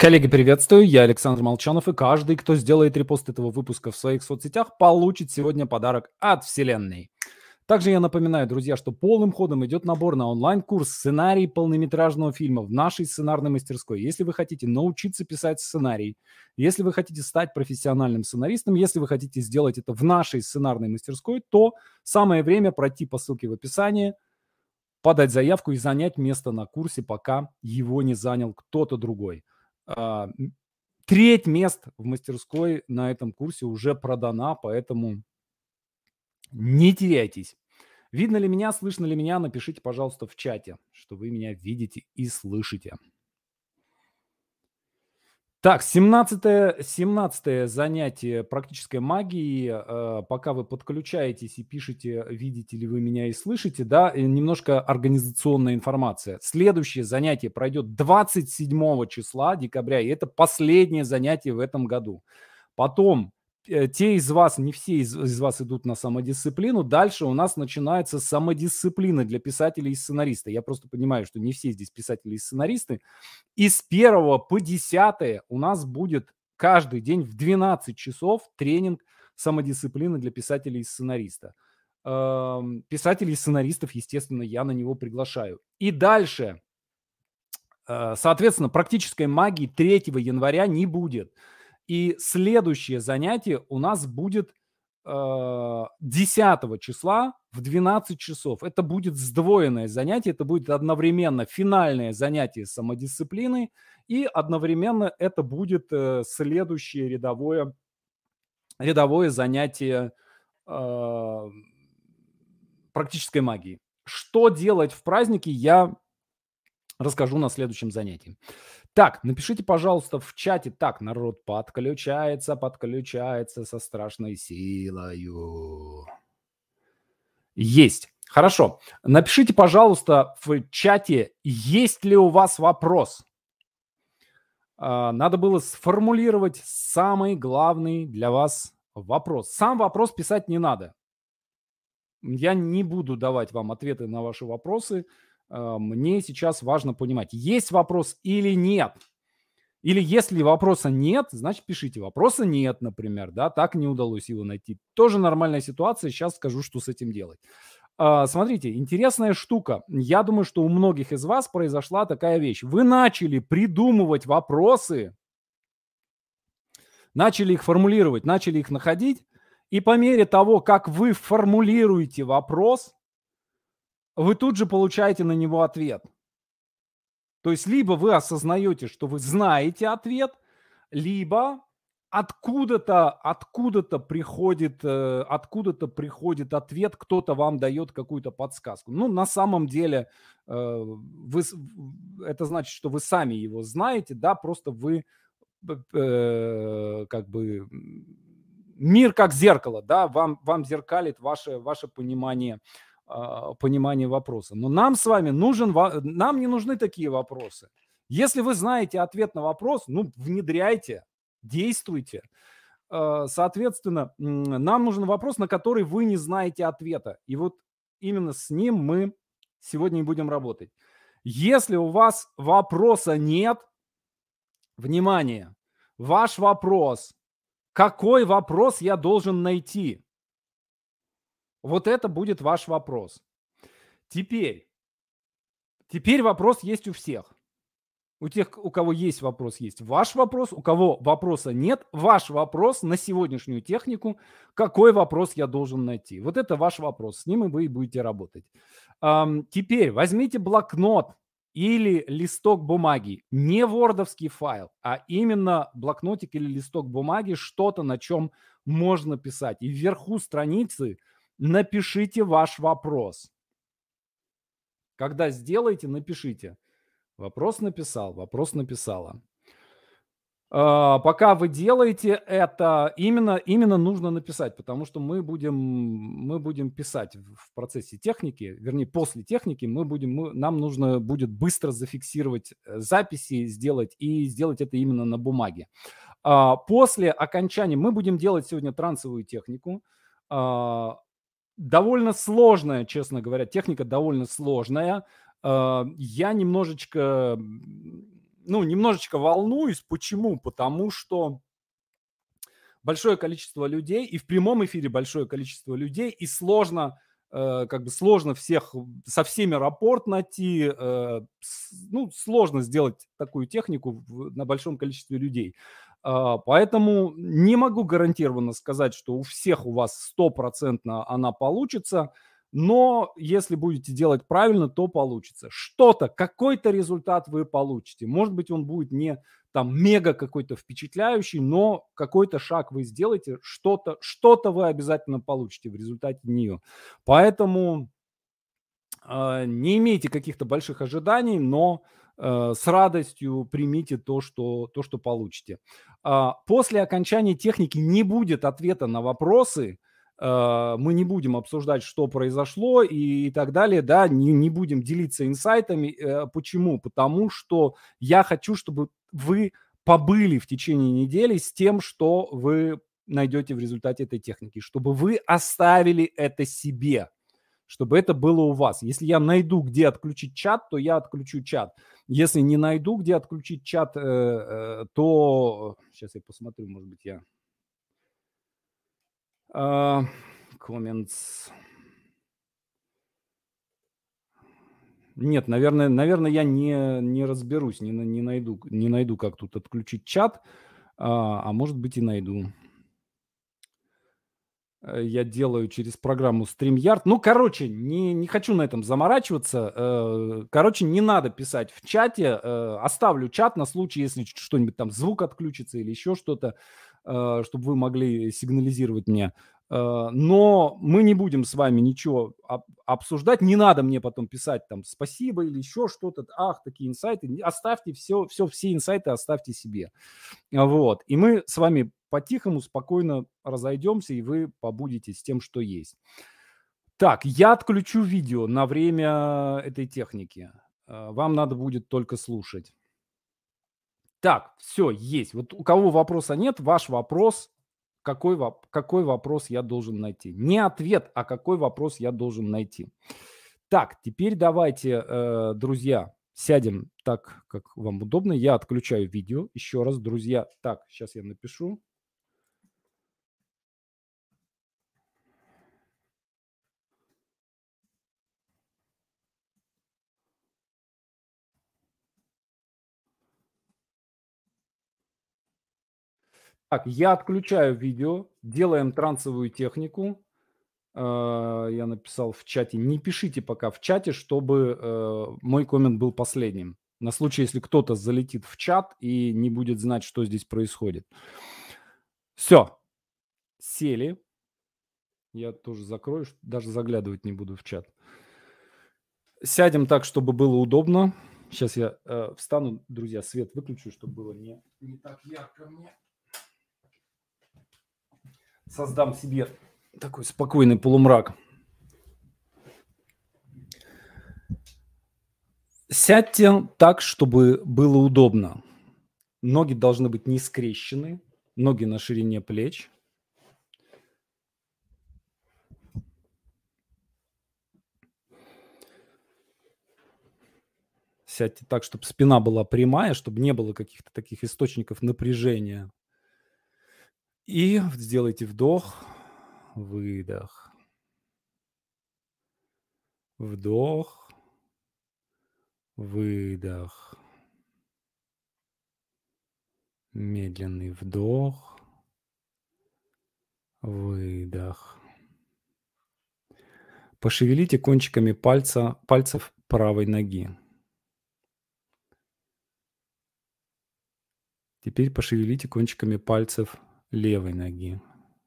Коллеги, приветствую, я Александр Молчанов, и каждый, кто сделает репост этого выпуска в своих соцсетях, получит сегодня подарок от Вселенной. Также я напоминаю, друзья, что полным ходом идет набор на онлайн-курс «Сценарий полнометражного фильма» в нашей сценарной мастерской. Если вы хотите научиться писать сценарий, если вы хотите стать профессиональным сценаристом, если вы хотите сделать это в нашей сценарной мастерской, то самое время пройти по ссылке в описании, подать заявку и занять место на курсе, пока его не занял кто-то другой. Треть мест в мастерской на этом курсе уже продана, поэтому не теряйтесь. Видно ли меня, слышно ли меня, напишите, пожалуйста, в чате, что вы меня видите и слышите. Так, 17 занятие практической магии. Пока вы подключаетесь и пишете, видите ли вы меня и слышите, да, и немножко организационная информация. Следующее занятие пройдет 27 числа декабря, и это последнее занятие в этом году. Потом те из вас, не все из вас идут на самодисциплину. Дальше у нас начинается самодисциплина для писателей и сценариста. Я просто понимаю, что не все здесь писатели и сценаристы. И с 1 по 10 у нас будет каждый день в 12 часов тренинг самодисциплины для писателей и сценариста. Писателей и сценаристов, естественно, я на него приглашаю. И дальше, соответственно, практической магии 3 января не будет. И следующее занятие у нас будет 10 числа в 12 часов. Это будет сдвоенное занятие, это будет одновременно финальное занятие самодисциплины и одновременно это будет следующее рядовое занятие практической магии. Что делать в празднике, я расскажу на следующем занятии. Так, напишите, пожалуйста, в чате. Так, народ подключается со страшной силою. Есть. Хорошо. Напишите, пожалуйста, в чате, есть ли у вас вопрос. Надо было сформулировать самый главный для вас вопрос. Сам вопрос писать не надо. Я не буду давать вам ответы на ваши вопросы. Мне сейчас важно понимать, есть вопрос или нет. Или если вопроса нет, значит пишите. Вопроса нет, например, да, так не удалось его найти. Тоже нормальная ситуация, сейчас скажу, что с этим делать. Смотрите, интересная штука. Я думаю, что у многих из вас произошла такая вещь. Вы начали придумывать вопросы, начали их формулировать, начали их находить, и по мере того, как вы формулируете вопрос, вы тут же получаете на него ответ. То есть либо вы осознаете, что вы знаете ответ, либо откуда-то приходит ответ, кто-то вам дает какую-то подсказку. Ну, на самом деле, это значит, что вы сами его знаете, да, просто вы как бы мир как зеркало, да, вам зеркалит ваше понимание вопроса. Но нам с вами нам не нужны такие вопросы. Если вы знаете ответ на вопрос, ну, внедряйте, действуйте. Соответственно, нам нужен вопрос, на который вы не знаете ответа. И вот именно с ним мы сегодня и будем работать. Если у вас вопроса нет, внимание, ваш вопрос, какой вопрос я должен найти? Вот это будет ваш вопрос. Теперь вопрос есть у всех. У тех, у кого есть вопрос, есть ваш вопрос. У кого вопроса нет, ваш вопрос на сегодняшнюю технику. Какой вопрос я должен найти? Вот это ваш вопрос. С ним и вы будете работать. Теперь возьмите блокнот или листок бумаги. Не вордовский файл, а именно блокнотик или листок бумаги. Что-то, на чем можно писать. И вверху страницы напишите ваш вопрос. Когда сделаете, напишите. Вопрос написал, вопрос написала. Пока вы делаете это, именно нужно написать, потому что мы будем писать в процессе техники, вернее, после техники нам нужно будет быстро зафиксировать записи, сделать это именно на бумаге. После окончания мы будем делать сегодня трансовую технику. Довольно сложная, честно говоря, техника довольно сложная. Я немножечко немножечко волнуюсь. Почему? Потому что большое количество людей, и в прямом эфире большое количество людей, и сложно, как бы сложно всех, со всеми рапорт найти, сложно сделать такую технику на большом количестве людей. Поэтому не могу гарантированно сказать, что у всех у вас стопроцентно она получится, но если будете делать правильно, то получится. Что-то, какой-то результат вы получите. Может быть, он будет не там мега какой-то впечатляющий, но какой-то шаг вы сделаете, что-то вы обязательно получите в результате нее. Поэтому не имейте каких-то больших ожиданий, но с радостью примите то, что получите. После окончания техники не будет ответа на вопросы. Мы не будем обсуждать, что произошло и так далее, да, не будем делиться инсайтами. Почему? Потому что я хочу, чтобы вы побыли в течение недели с тем, что вы найдете в результате этой техники, чтобы вы оставили это себе, чтобы это было у вас. Если я найду, где отключить чат, то я отключу чат. Если не найду, где отключить чат, то... Сейчас я посмотрю, может быть, я... Comments. Нет, наверное, я не разберусь, не найду, как тут отключить чат, а может быть и найду. Я делаю через программу StreamYard. Короче, не хочу на этом заморачиваться. Короче, не надо писать в чате. Оставлю чат на случай, если что-нибудь там, звук отключится или еще что-то, чтобы вы могли сигнализировать мне. Но мы не будем с вами ничего обсуждать. Не надо мне потом писать там спасибо или еще что-то. Ах, такие инсайты. Оставьте все инсайты оставьте себе. Вот. И мы с вами по-тихому, спокойно разойдемся, и вы побудете с тем, что есть. Так, я отключу видео на время этой техники. Вам надо будет только слушать. Так, все, есть. Вот у кого вопроса нет, ваш вопрос, какой вопрос я должен найти. Не ответ, а какой вопрос я должен найти. Так, теперь давайте, друзья, сядем так, как вам удобно. Я отключаю видео. Еще раз, друзья. Так, сейчас я напишу. Так, я отключаю видео, делаем трансовую технику. Я написал в чате. Не пишите пока в чате, чтобы мой коммент был последним. На случай, если кто-то залетит в чат и не будет знать, что здесь происходит. Все, сели. Я тоже закрою, даже заглядывать не буду в чат. Сядем так, чтобы было удобно. Сейчас я встану, друзья, свет выключу, чтобы было не так ярко мне. Создам себе такой спокойный полумрак. Сядьте так, чтобы было удобно. Ноги должны быть не скрещены, ноги на ширине плеч. Сядьте так, чтобы спина была прямая, чтобы не было каких-то таких источников напряжения. И сделайте вдох, выдох. Вдох, выдох. Медленный вдох, выдох. Пошевелите кончиками пальцев правой ноги. Теперь пошевелите кончиками пальцев левой ноги.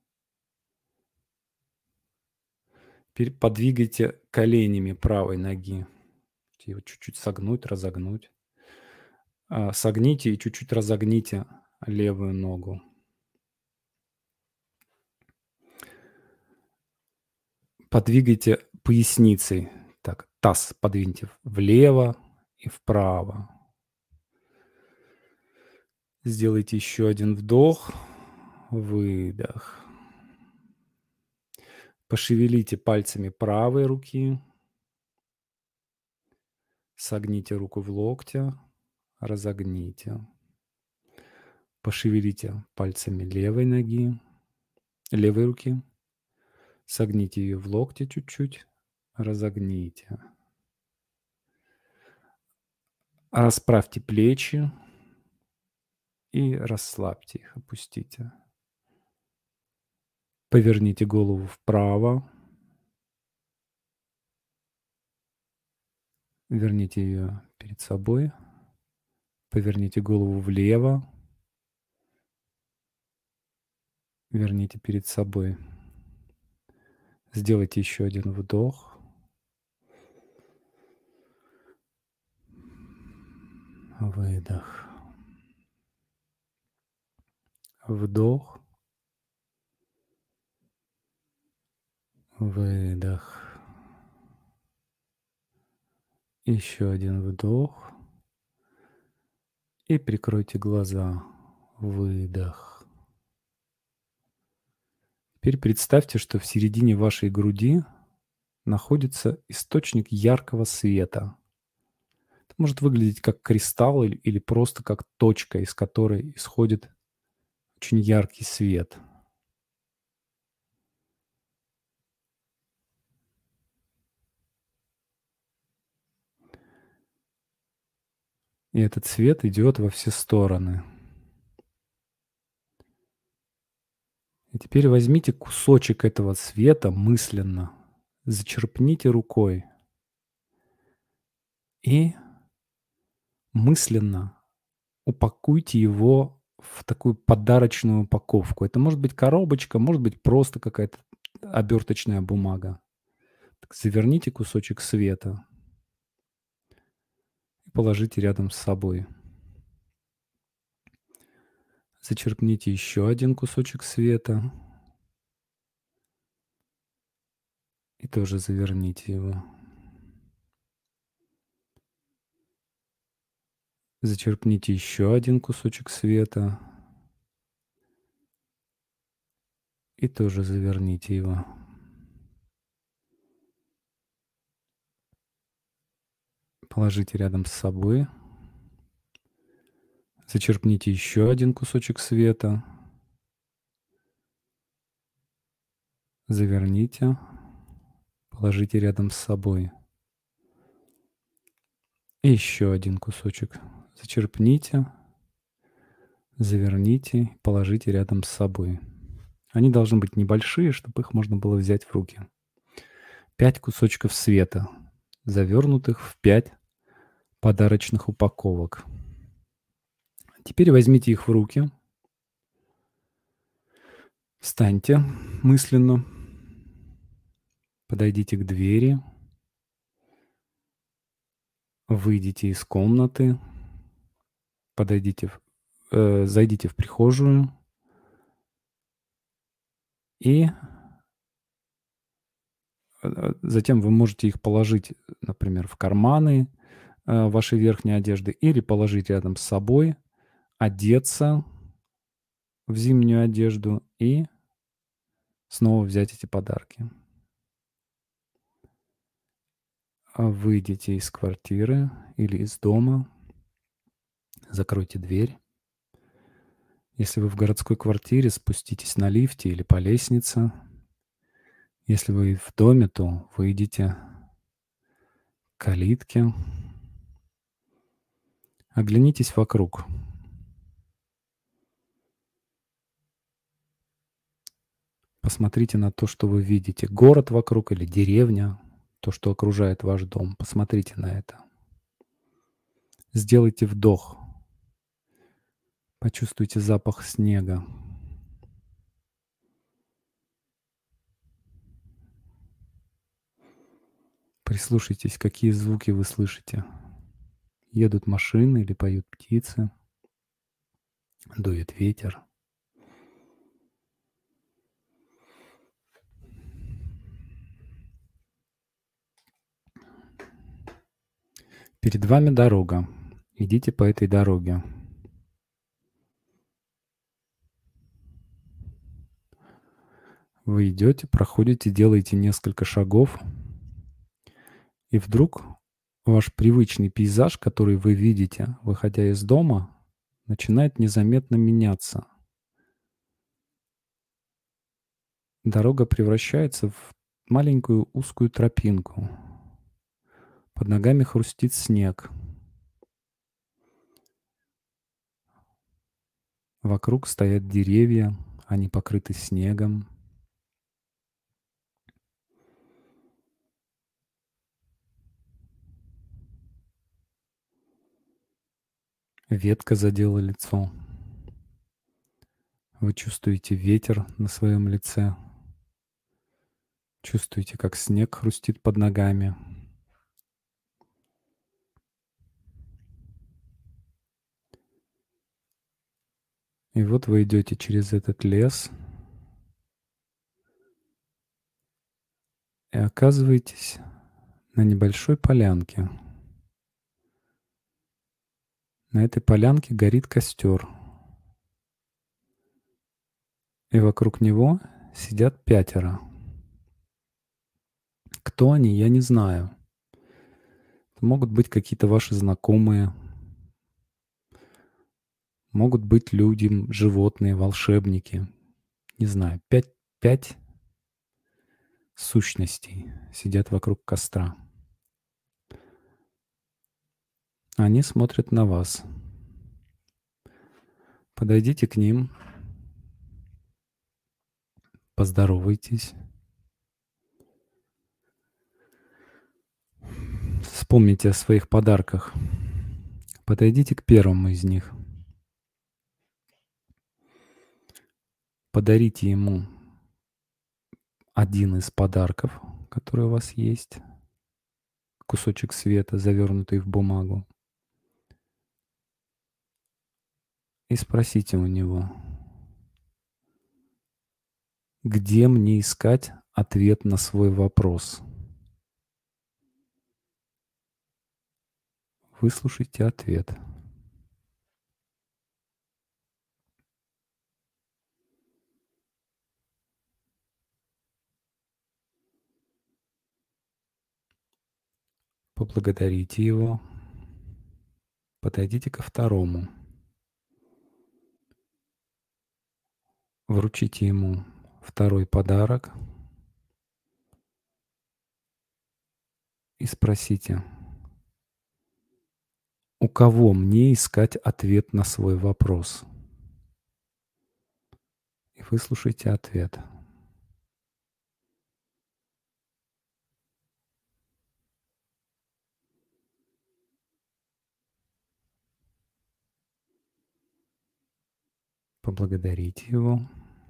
Теперь подвигайте коленями правой ноги. Его чуть-чуть согнуть, разогнуть. Согните и чуть-чуть разогните левую ногу. Подвигайте поясницей. Так, таз подвиньте влево и вправо. Сделайте еще один вдох, выдох. Пошевелите пальцами правой руки. Согните руку в локте, разогните. Пошевелите пальцами левой ноги, левой руки. Согните ее в локте чуть-чуть, разогните. Расправьте плечи и расслабьте их, опустите. Поверните голову вправо. Верните ее перед собой. Поверните голову влево. Верните перед собой. Сделайте еще один вдох. Выдох. Вдох. Выдох. Еще один вдох. И прикройте глаза. Выдох. Теперь представьте, что в середине вашей груди находится источник яркого света. Это может выглядеть как кристалл или просто как точка, из которой исходит очень яркий свет. И этот свет идет во все стороны. И теперь возьмите кусочек этого света мысленно, зачерпните рукой и мысленно упакуйте его в такую подарочную упаковку. Это может быть коробочка, может быть просто какая-то оберточная бумага. Так заверните кусочек света и положите рядом с собой. Зачерпните еще один кусочек света и тоже заверните его. Зачерпните еще один кусочек света и тоже заверните его. Положите рядом с собой. Зачерпните еще один кусочек света. Заверните. Положите рядом с собой. И еще один кусочек. Зачерпните. Заверните. Положите рядом с собой. Они должны быть небольшие, чтобы их можно было взять в руки. 5 кусочков света, завернутых в 5 подарочных упаковок. Теперь возьмите их в руки. Встаньте мысленно. Подойдите к двери. Выйдите из комнаты. Зайдите в прихожую. И затем вы можете их положить, например, в карманы вашей верхней одежды или положить рядом с собой, одеться в зимнюю одежду и снова взять эти подарки. Выйдите из квартиры или из дома, закройте дверь. Если вы в городской квартире, спуститесь на лифте или по лестнице. Если вы в доме, то выйдите к калитке. Оглянитесь вокруг. Посмотрите на то, что вы видите. Город вокруг или деревня, то, что окружает ваш дом. Посмотрите на это. Сделайте вдох. Почувствуйте запах снега. Прислушайтесь, какие звуки вы слышите. Едут машины или поют птицы. Дует ветер. Перед вами дорога. Идите по этой дороге. Вы идете, проходите, делаете несколько шагов, и вдруг ваш привычный пейзаж, который вы видите, выходя из дома, начинает незаметно меняться. Дорога превращается в маленькую узкую тропинку. Под ногами хрустит снег. Вокруг стоят деревья, они покрыты снегом. Ветка задела лицо. Вы чувствуете ветер на своем лице. Чувствуете, как снег хрустит под ногами. И вот вы идете через этот лес и оказываетесь на небольшой полянке. На этой полянке горит костер. И вокруг него сидят 5. Кто они, я не знаю. Это могут быть какие-то ваши знакомые, могут быть люди, животные, волшебники. Не знаю, пять сущностей сидят вокруг костра. Они смотрят на вас. Подойдите к ним, поздоровайтесь. Вспомните о своих подарках. Подойдите к первому из них. Подарите ему один из подарков, который у вас есть. Кусочек света, завернутый в бумагу. И спросите у него, где мне искать ответ на свой вопрос? Выслушайте ответ. Поблагодарите его. Подойдите ко второму. Вручите ему второй подарок и спросите, у кого мне искать ответ на свой вопрос? И выслушайте ответ. Поблагодарите его.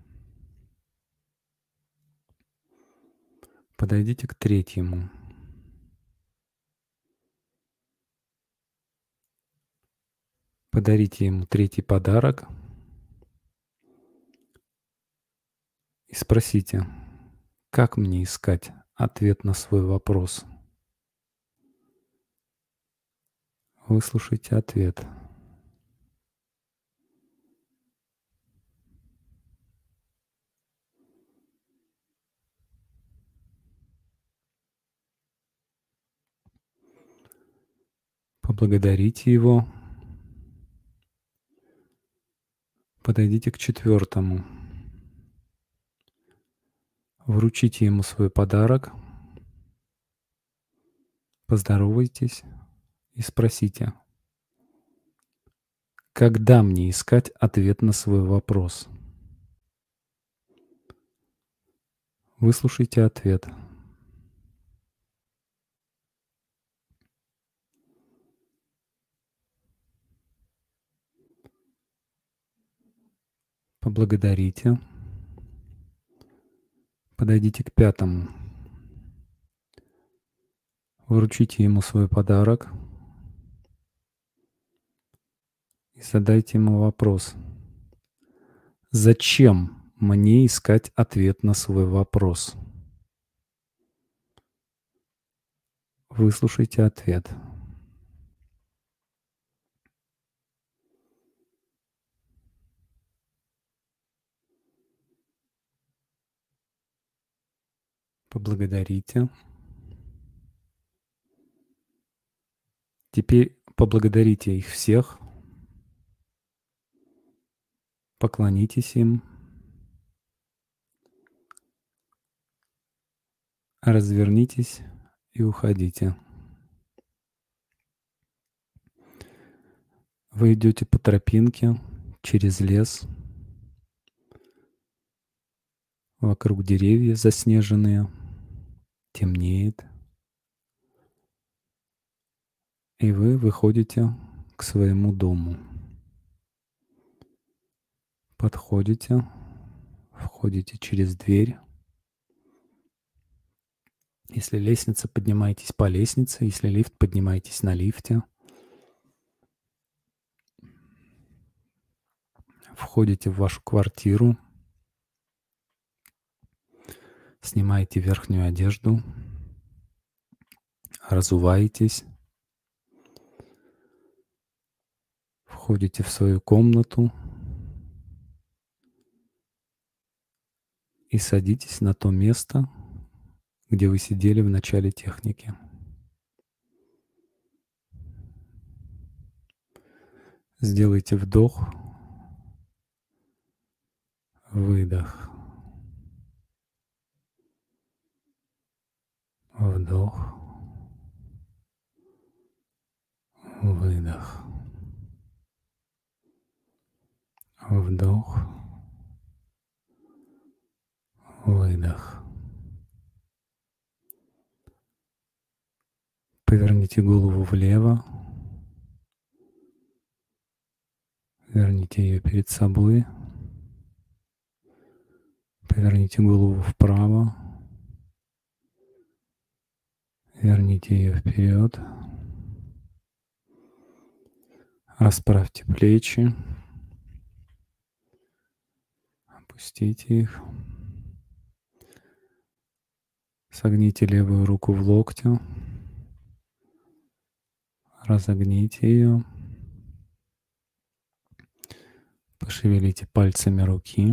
Подойдите к третьему. Подарите ему третий подарок и спросите, как мне искать ответ на свой вопрос? Выслушайте ответ. Поблагодарите его. Подойдите к четвертому. Вручите ему свой подарок. Поздоровайтесь и спросите, когда мне искать ответ на свой вопрос? Выслушайте ответ. Поблагодарите. Подойдите к пятому. Вручите ему свой подарок и задайте ему вопрос. Зачем мне искать ответ на свой вопрос? Выслушайте ответ. Поблагодарите. Теперь поблагодарите их всех, поклонитесь им, развернитесь и уходите. Вы идете по тропинке через лес, вокруг деревья заснеженные, темнеет, и вы выходите к своему дому. Подходите, входите через дверь. Если лестница, поднимаетесь по лестнице, если лифт, поднимаетесь на лифте. Входите в вашу квартиру, снимаете верхнюю одежду, разуваетесь, входите в свою комнату и садитесь на то место, где вы сидели в начале техники. Сделайте вдох, выдох, вдох, выдох, вдох, выдох. Поверните голову влево, верните ее перед собой, поверните голову вправо, верните ее вперед, расправьте плечи, опустите их, согните левую руку в локте, разогните ее, пошевелите пальцами руки,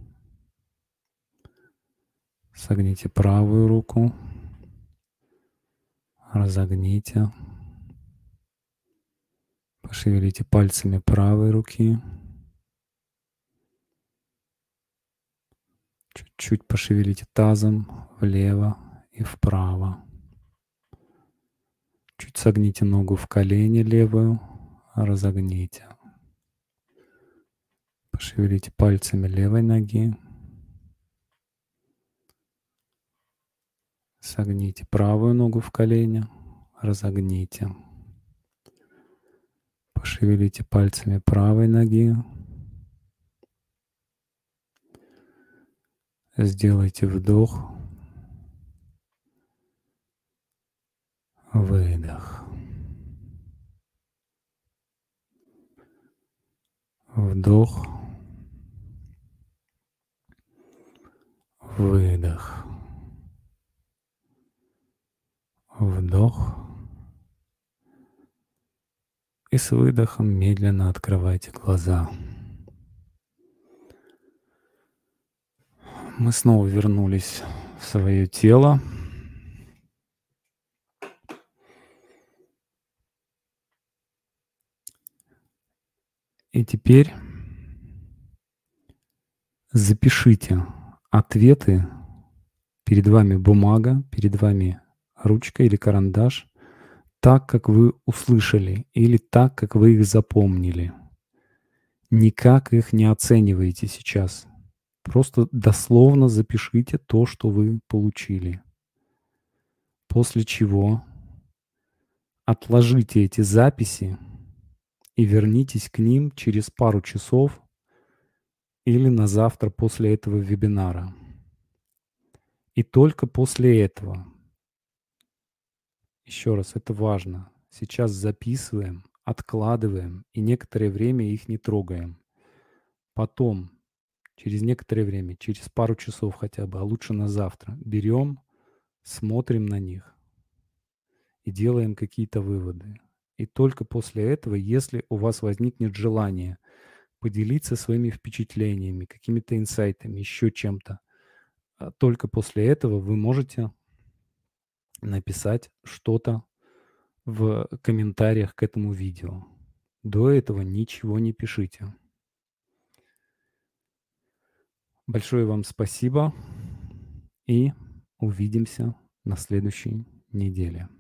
согните правую руку, разогните, пошевелите пальцами правой руки, чуть-чуть пошевелите тазом влево и вправо. Чуть согните ногу в колени левую, разогните. Пошевелите пальцами левой ноги. Согните правую ногу в колени, разогните. Пошевелите пальцами правой ноги. Сделайте вдох, выдох. Вдох, выдох. Вдох. И с выдохом медленно открывайте глаза. Мы снова вернулись в свое тело. И теперь запишите ответы. Перед вами бумага, перед вами ручка или карандаш, так, как вы услышали, или так, как вы их запомнили. Никак их не оценивайте сейчас. Просто дословно запишите то, что вы получили. После чего отложите эти записи и вернитесь к ним через пару часов или на завтра после этого вебинара. И только после этого, еще раз, это важно, сейчас записываем, откладываем и некоторое время их не трогаем. Потом, через некоторое время, через пару часов хотя бы, а лучше на завтра, берем, смотрим на них и делаем какие-то выводы. И только после этого, если у вас возникнет желание поделиться своими впечатлениями, какими-то инсайтами, еще чем-то, только после этого вы можете написать что-то в комментариях к этому видео. До этого ничего не пишите. Большое вам спасибо и увидимся на следующей неделе.